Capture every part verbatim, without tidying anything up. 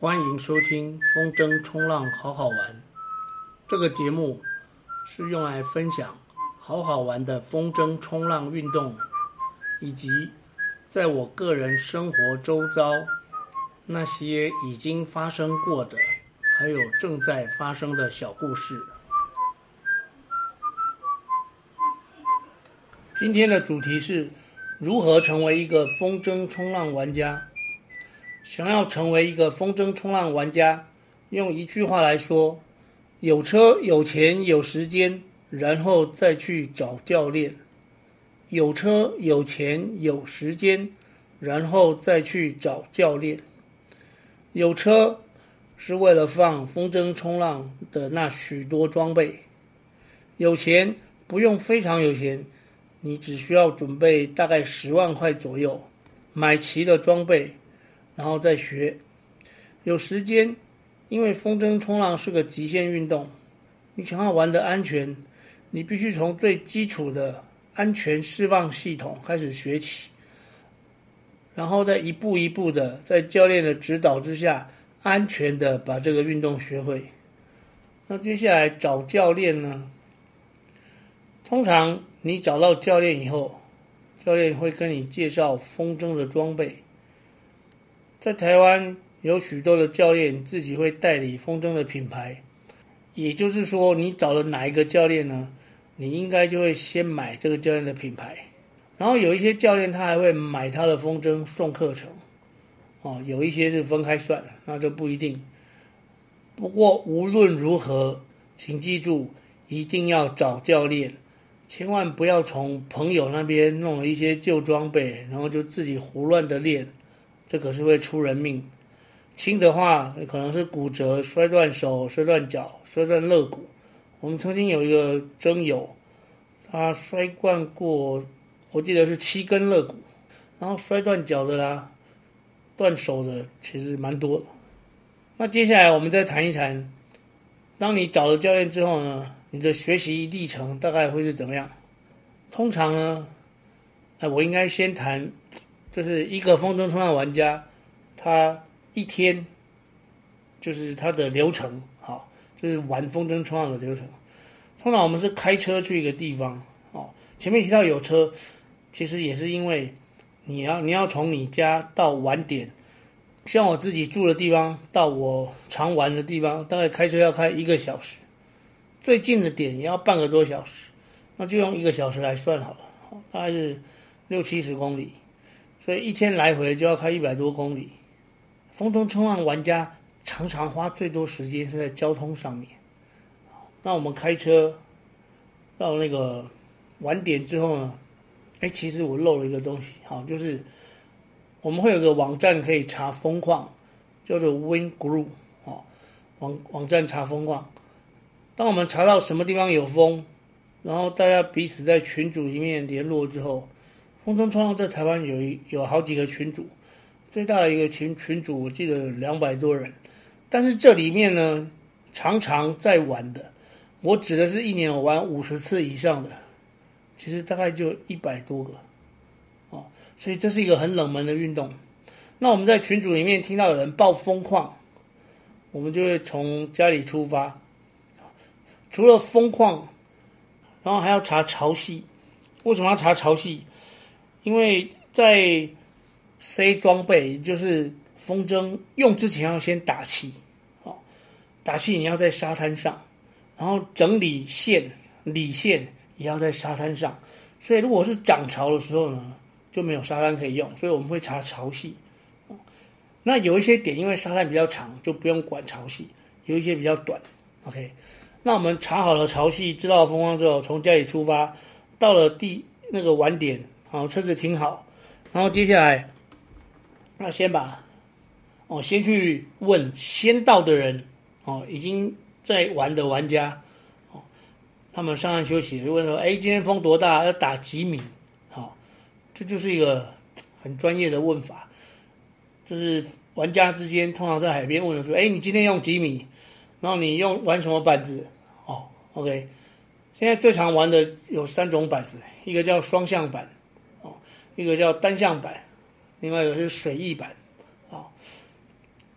欢迎收听风筝冲浪好好玩。这个节目是用来分享好好玩的风筝冲浪运动，以及在我个人生活周遭那些已经发生过的，还有正在发生的小故事。今天的主题是如何成为一个风筝冲浪玩家。想要成为一个风筝冲浪玩家，用一句话来说，有车有钱有时间，然后再去找教练。有车有钱有时间，然后再去找教练。有车是为了放风筝冲浪的那许多装备，有钱不用非常有钱，你只需要准备大概十万块左右，买齐了装备，然后再学。有时间，因为风筝冲浪是个极限运动，你想要玩得安全，你必须从最基础的安全释放系统开始学起，然后再一步一步的在教练的指导之下，安全的把这个运动学会。那接下来找教练呢？通常你找到教练以后，教练会跟你介绍风筝的装备。在台湾有许多的教练自己会代理风筝的品牌，也就是说你找了哪一个教练呢，你应该就会先买这个教练的品牌。然后有一些教练他还会买他的风筝送课程，哦，有一些是分开算，那就不一定。不过无论如何，请记住一定要找教练，千万不要从朋友那边弄了一些旧装备，然后就自己胡乱的练，这可是会出人命。轻的话可能是骨折、摔断手、摔断脚、摔断肋骨。我们曾经有一个征友，他摔断过，我记得是七根肋骨，然后摔断脚的啦，断手的其实蛮多的。那接下来我们再谈一谈，当你找了教练之后呢，你的学习历程大概会是怎么样？通常呢，哎，我应该先谈，就是一个风筝冲浪玩家，他一天就是他的流程，好，就是玩风筝冲浪的流程。通常我们是开车去一个地方，哦，前面提到有车，其实也是因为你要你要从你家到玩点，像我自己住的地方到我常玩的地方，大概开车要开一个小时，最近的点也要半个多小时，那就用一个小时来算好了，大概是六七十公里，所以一天来回就要开一百多公里。风筝冲浪玩家常常花最多时间是在交通上面。那我们开车到那个晚点之后呢，哎，其实我漏了一个东西，好，就是我们会有个网站可以查风况，叫做 Wind Group， 好，网网站查风况。当我们查到什么地方有风，然后大家彼此在群组里面联络之后，风筝冲浪在台湾有一有好几个群组。最大的一个群群组我记得两百多人，但是这里面呢，常常在玩的，我指的是一年我玩五十次以上的，其实大概就一百多个，哦，所以这是一个很冷门的运动。那我们在群组里面听到有人报风况，我们就会从家里出发，除了风况，然后还要查潮汐。为什么要查潮汐？因为在塞装备，也就是风筝用之前要先打气，哦，打气你要在沙滩上，然后整理线、理线也要在沙滩上，所以如果是涨潮的时候呢，就没有沙滩可以用，所以我们会查潮汐。那有一些点因为沙滩比较长，就不用管潮汐，有一些比较短 ，OK。那我们查好了潮汐，知道了风况之后，从家里出发，到了地那个晚点，好，车子停好，然后接下来。那先把哦，先去问先到的人哦，已经在玩的玩家哦，他们上岸休息，就问说：“哎，今天风多大？要打几米？”好，哦，这就是一个很专业的问法，就是玩家之间通常在海边问的说：“哎，你今天用几米？然后你用玩什么板子？”哦 ，OK， 现在最常玩的有三种板子，一个叫双向板，哦，一个叫单向板。另外一个是水翼板，啊，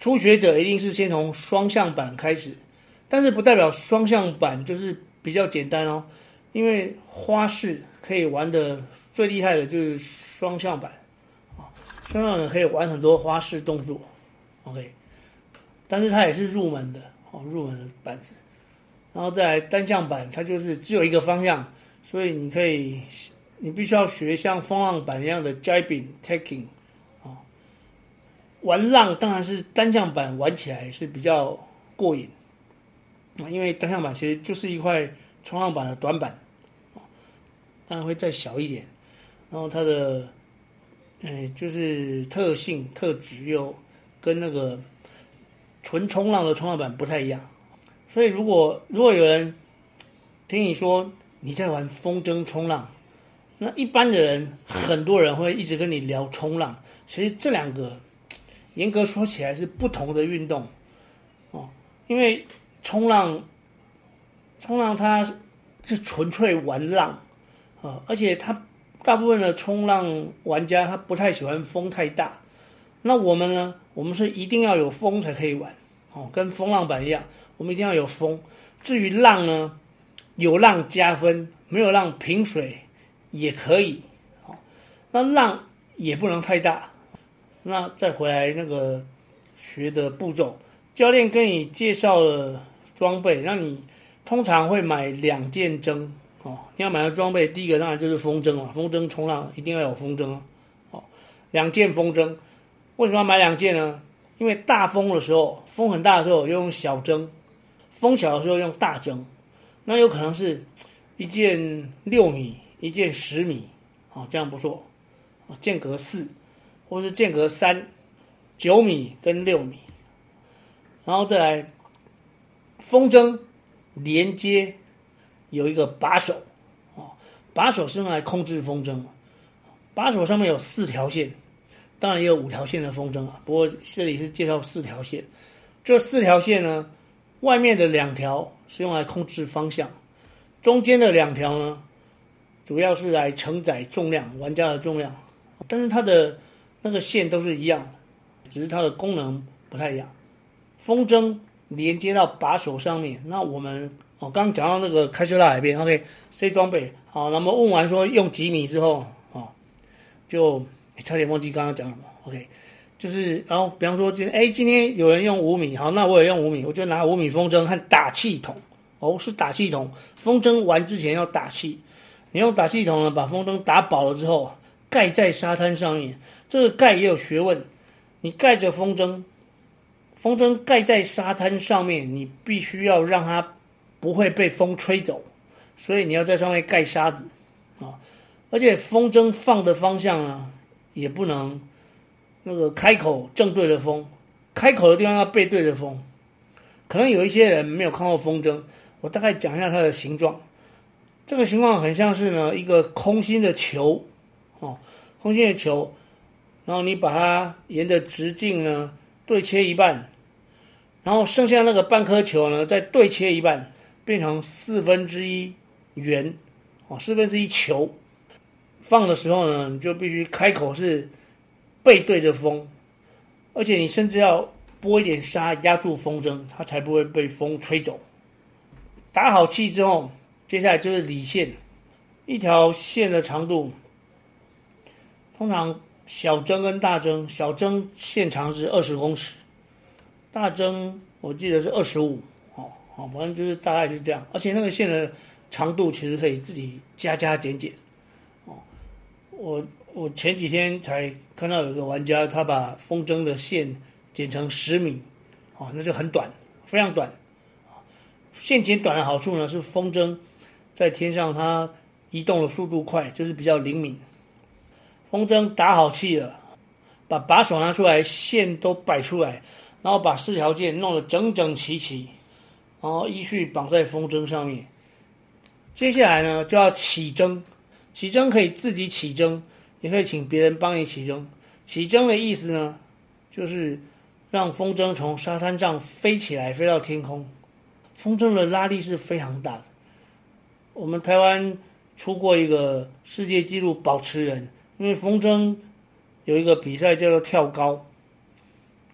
初学者一定是先从双向板开始，但是不代表双向板就是比较简单哦，因为花式可以玩的最厉害的就是双向板啊，双向板可以玩很多花式动作 ，OK， 但是它也是入门的哦，入门的板子。然后再来单向板，它就是只有一个方向，所以你可以，你必须要学像风浪板一样的 jibing taking 啊。玩浪当然是单向板玩起来是比较过瘾啊，因为单向板其实就是一块冲浪板的短板啊，当然会再小一点，然后它的，呃，就是特性特质又跟那个纯冲浪的冲浪板不太一样。所以，如果如果有人听你说你在玩风筝冲浪，那一般的人很多人会一直跟你聊冲浪。其实这两个严格说起来是不同的运动哦，因为冲浪，冲浪它是纯粹玩浪啊、哦，而且它大部分的冲浪玩家他不太喜欢风太大。那我们呢？我们是一定要有风才可以玩哦，跟风浪板一样。我们一定要有风。至于浪呢，有浪加分，没有浪平水也可以。那浪也不能太大。那再回来那个学的步骤，教练跟你介绍了装备，让你通常会买两件筝哦。你要买的装备，第一个当然就是风筝嘛，风筝冲浪一定要有风筝哦。两件风筝，为什么要买两件呢？因为大风的时候，风很大的时候用小筝。风小的时候用大筝，那有可能是一件六米，一件十米，哦，这样不错，间隔四，或是间隔三，九米跟六米，然后再来风筝连接有一个把手，哦，把手是用来控制风筝，把手上面有四条线，当然也有五条线的风筝啊，不过这里是介绍四条线，这四条线呢。外面的两条是用来控制方向，中间的两条呢，主要是来承载重量，玩家的重量。但是它的那个线都是一样的，只是它的功能不太一样。风筝连接到把手上面，那我们哦，刚刚讲到那个开车到海边 ，OK，C 装备好，那么问完说用几米之后，哦，就差点忘记刚刚讲什么 ，OK。就是，然后比方说，今哎，今天有人用五米，好，那我也用五米，我就拿五米风筝和打气筒，哦，是打气筒。风筝玩之前要打气，你用打气筒呢，把风筝打饱了之后，盖在沙滩上面。这个盖也有学问，你盖着风筝，风筝盖在沙滩上面，你必须要让它不会被风吹走，所以你要在上面盖沙子啊，而且风筝放的方向呢，也不能。那个开口正对着风，开口的地方要背对着风。可能有一些人没有看过风筝，我大概讲一下它的形状。这个形状很像是呢一个空心的球，哦，空心的球，然后你把它沿着直径呢对切一半，然后剩下那个半颗球呢再对切一半，变成四分之一圆，哦，四分之一球。放的时候呢，你就必须开口是。背对着风，而且你甚至要拨一点沙压住风筝，它才不会被风吹走。打好气之后，接下来就是理线，一条线的长度，通常小针跟大针，小针线长是二十公尺，大针我记得是二十五，哦，好，反正就是大概是这样。而且那个线的长度其实可以自己加加减减，哦，我我前几天才看到有个玩家，他把风筝的线剪成十米，哦，那就很短，非常短。线剪短的好处呢，是风筝在天上它移动的速度快，就是比较灵敏。风筝打好气了，把把手拿出来，线都摆出来，然后把四条线弄得整整齐齐，然后依序绑在风筝上面。接下来呢，就要起筝，起筝可以自己起筝，也可以请别人帮你起筝。起筝的意思呢，就是让风筝从沙滩上飞起来，飞到天空。风筝的拉力是非常大的。我们台湾出过一个世界纪录保持人，因为风筝有一个比赛叫做跳高，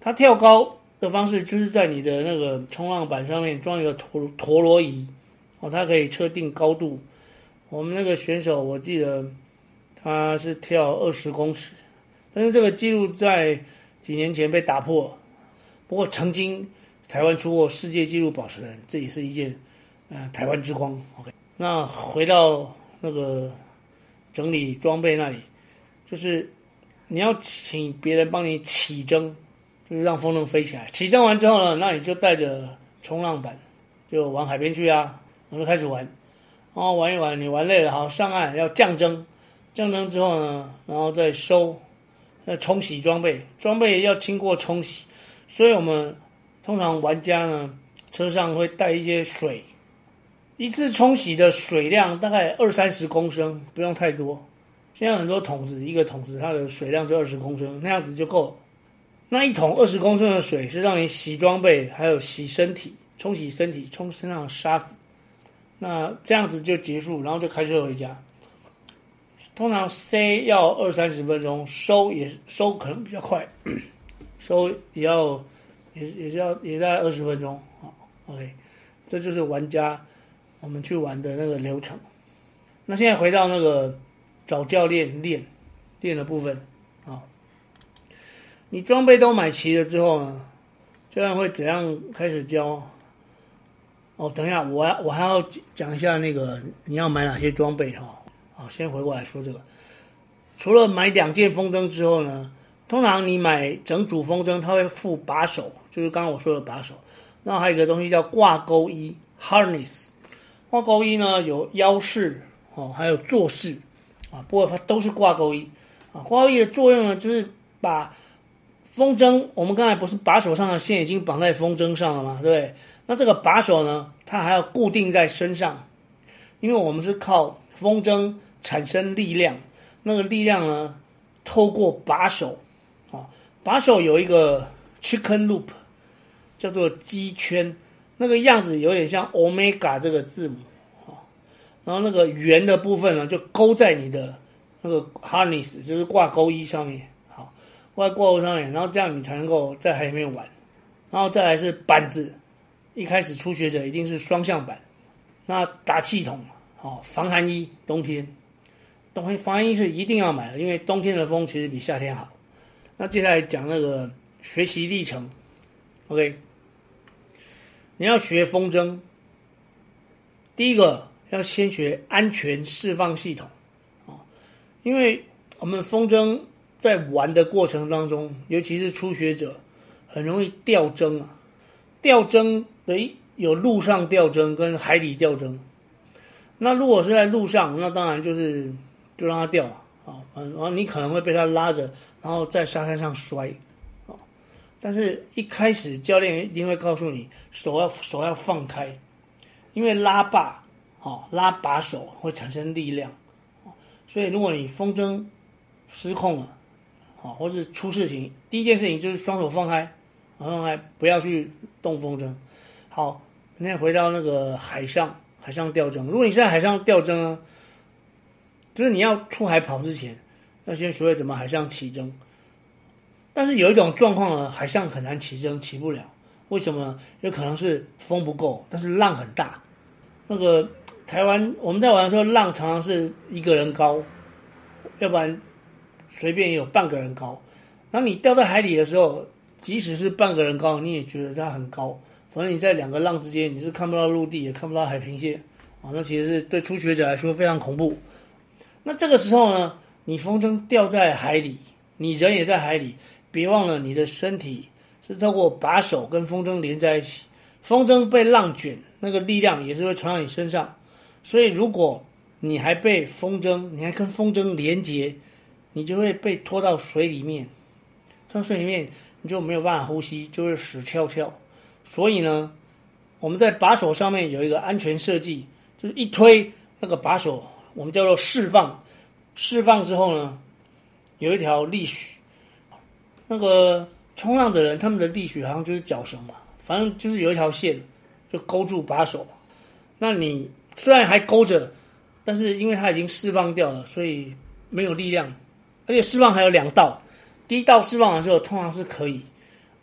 它跳高的方式就是在你的那个冲浪板上面装一个陀陀螺仪，哦，它可以测定高度。我们那个选手我记得他是跳二十公尺，但是这个记录在几年前被打破。不过曾经台湾出过世界纪录保持人，这也是一件呃台湾之光。OK， 那回到那个整理装备那里，就是你要请别人帮你起征，就是让风筝飞起来。起征完之后呢，那你就带着冲浪板就往海边去啊，然后就开始玩，然后玩一玩，你玩累了，好上岸要降征，降征之后呢，然后再收，要冲洗装备，装备要经过冲洗，所以我们通常玩家呢车上会带一些水，一次冲洗的水量大概二三十公升，不用太多。现在很多桶子，一个桶子它的水量就二十公升，那样子就够了。那一桶二十公升的水是让你洗装备，还有洗身体，冲洗身体，冲身上的沙子。那这样子就结束，然后就开车回家。通常塞要二三十分钟，收也收可能比较快，收也要也也是要也大概二十分钟。好 ，OK， 这就是玩家我们去玩的那个流程。那现在回到那个找教练练练的部分啊，你装备都买齐了之后呢，教练会怎样开始教？哦，等一下，我我还要讲一下那个你要买哪些装备哈。好，先回过来说这个。除了买两件风筝之后呢，通常你买整组风筝，它会附把手，就是刚刚我说的把手。然后还有一个东西叫挂钩衣 （harness）。挂钩衣呢有腰式哦，还有坐式啊，不过它都是挂钩衣啊。挂钩衣的作用呢，就是把风筝，我们刚才不是把手上的线已经绑在风筝上了吗？对不对？那这个把手呢，它还要固定在身上，因为我们是靠风筝产生力量，那个力量呢，透过把手啊，把手有一个 chicken loop， 叫做鸡圈，那个样子有点像 omega 这个字母啊，然后那个圆的部分呢，就勾在你的那个 harness， 就是挂钩衣上面，好，挂在挂钩上面，然后这样你才能够在海里面玩。然后再来是板子，一开始初学者一定是双向板，那打气筒。哦，防寒衣，冬天，冬天防寒衣是一定要买的，因为冬天的风其实比夏天好。那接下来讲那个学习历程 ，OK， 你要学风筝，第一个要先学安全释放系统，哦，因为我们风筝在玩的过程当中，尤其是初学者，很容易掉针啊，掉针的有陆上掉针跟海底掉针。那如果是在路上，那当然就是就让它掉啊，然后你可能会被它拉着，然后在沙滩上摔啊。但是一开始教练一定会告诉你，手要手要放开，因为拉把啊拉把手会产生力量，所以如果你风筝失控了啊，或是出事情，第一件事情就是双手放开，放开不要去动风筝。好，那回到那个海上。海上吊针，如果你是在海上吊针呢，就是你要出海跑之前，要先学会怎么海上起针。但是有一种状况呢，海上很难起针，起不了。为什么呢？有可能是风不够，但是浪很大。那个台湾我们在玩的时候，浪常常是一个人高，要不然随便也有半个人高。然后你掉在海里的时候，即使是半个人高，你也觉得它很高。反正你在两个浪之间，你是看不到陆地，也看不到海平线啊，那其实是对初学者来说非常恐怖。那这个时候呢，你风筝掉在海里，你人也在海里，别忘了你的身体是透过把手跟风筝连在一起，风筝被浪卷，那个力量也是会传到你身上。所以如果你还被风筝，你还跟风筝连结，你就会被拖到水里面，到水里面你就没有办法呼吸，就会死翘翘。所以呢，我们在把手上面有一个安全设计，就是一推那个把手，我们叫做释放。释放之后呢，有一条力许。那个冲浪的人，他们的力许好像就是绞绳嘛，反正就是有一条线就勾住把手。那你虽然还勾着，但是因为它已经释放掉了，所以没有力量。而且释放还有两道，第一道释放的时候通常是可以。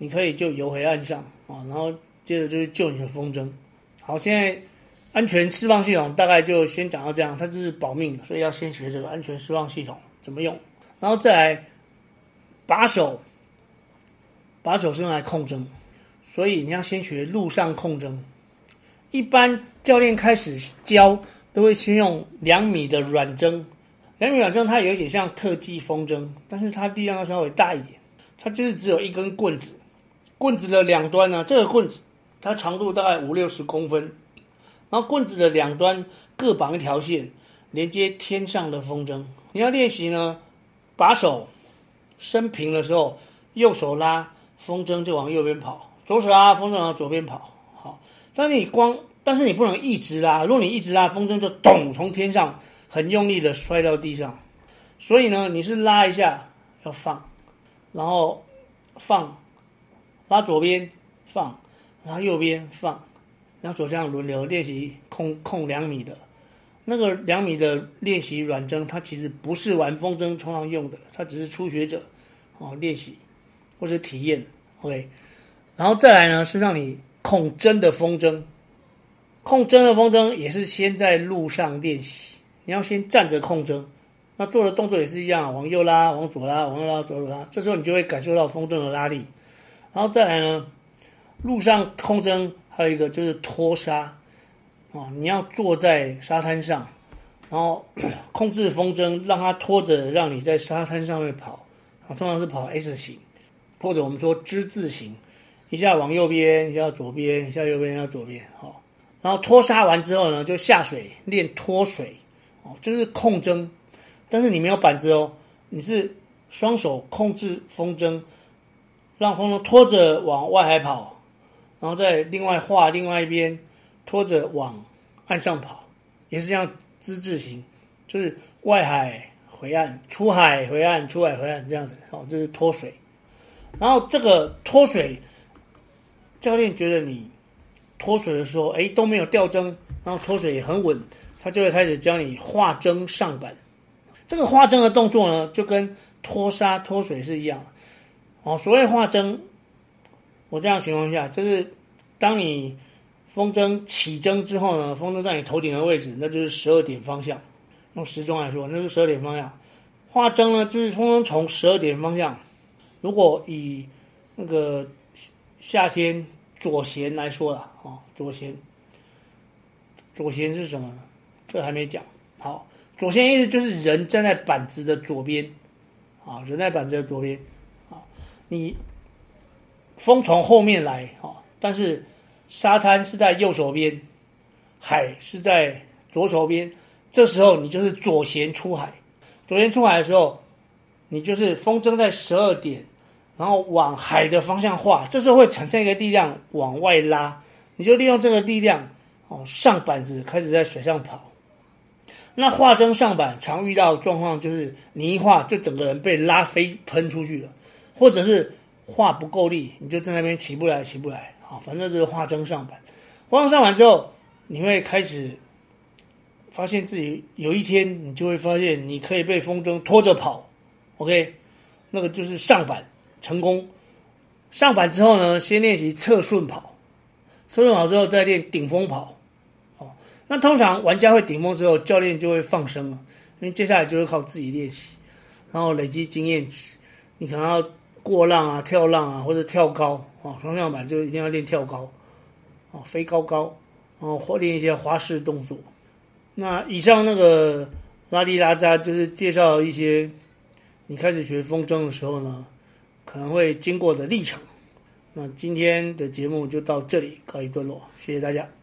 你可以就游回岸上啊，然后接着就是救你的风筝。好，现在安全释放系统大概就先讲到这样，它就是保命的，所以要先学这个安全释放系统怎么用，然后再来把手，把手是用来控筝，所以你要先学陆上控筝。一般教练开始教都会先用两米的软针，两米软针它有一点像特技风筝，但是它力量要稍微大一点，它就是只有一根棍子，棍子的两端呢，这个棍子它长度大概五六十公分，然后棍子的两端各绑一条线，连接天上的风筝。你要练习呢，把手伸平的时候，右手拉风筝就往右边跑，左手拉风筝往左边跑。好，但是你光，但是你不能一直拉，如果你一直拉，风筝就咚从天上很用力的摔到地上。所以呢，你是拉一下要放，然后放，拉左边放，拉右边放，然后左这样轮流练习控控两米的。那个两米的练习软针，它其实不是玩风筝冲浪用的，它只是初学者哦练习或是体验 ，OK。然后再来呢是让你控真的风筝，控真的风筝也是先在路上练习，你要先站着控针，那做的动作也是一样，往右拉，往左拉，往右拉，左右拉，这时候你就会感受到风筝的拉力。然后再来呢，路上控针还有一个就是拖沙。哦，你要坐在沙滩上，然后控制风筝，让它拖着，让你在沙滩上面跑。啊，通常是跑 S 型，或者我们说之字形，一下往右边，一下左边，一下右边，一下左边。好，然后拖沙完之后呢，就下水练拖水。哦，就是控针，但是你没有板子哦，你是双手控制风筝，让风筝拖着往外海跑，然后再另外画另外一边。拖着往岸上跑，也是这样之字形，就是外海回岸，出海回岸，出海回岸这样子。好，这是拖水。然后这个拖水，教练觉得你拖水的时候，哎都没有掉针，然后拖水也很稳，他就会开始教你画针上板。这个画针的动作呢，就跟拖沙拖水是一样的。哦，所谓画针，我这样形容一下，就是当你风筝起针之后呢，风筝在你头顶的位置，那就是十二点方向。用时钟来说，那是十二点方向。画针呢，就是风筝从十二点方向。如果以那个夏天左舷来说啦，哦，左舷，左舷是什么呢？这个还没讲。好，左舷意思就是人站在板子的左边，啊，人在板子的左边，啊，你风从后面来，啊，但是沙滩是在右手边，海是在左手边，这时候你就是左舷出海。左舷出海的时候，你就是风筝在十二点，然后往海的方向画，这时候会产生一个力量往外拉，你就利用这个力量哦上板子开始在水上跑。那画针上板常遇到的状况就是你一画就整个人被拉飞喷出去了，或者是画不够力，你就在那边起不来起不来。好，反正就是画针上板。画针上板之后，你会开始发现自己有一天，你就会发现你可以被风筝拖着跑。OK， 那个就是上板成功。上板之后呢，先练习侧顺跑，侧顺跑之后再练顶风跑。哦，那通常玩家会顶风之后，教练就会放生了，因为接下来就是靠自己练习，然后累积经验值。你可能要过浪啊、跳浪啊，或者跳高。哦，双向板就一定要练跳高，哦，飞高高，然后或练一些花式动作。那以上那个拉里拉扎就是介绍一些你开始学风筝的时候呢，可能会经过的历程。那今天的节目就到这里告一段落，谢谢大家。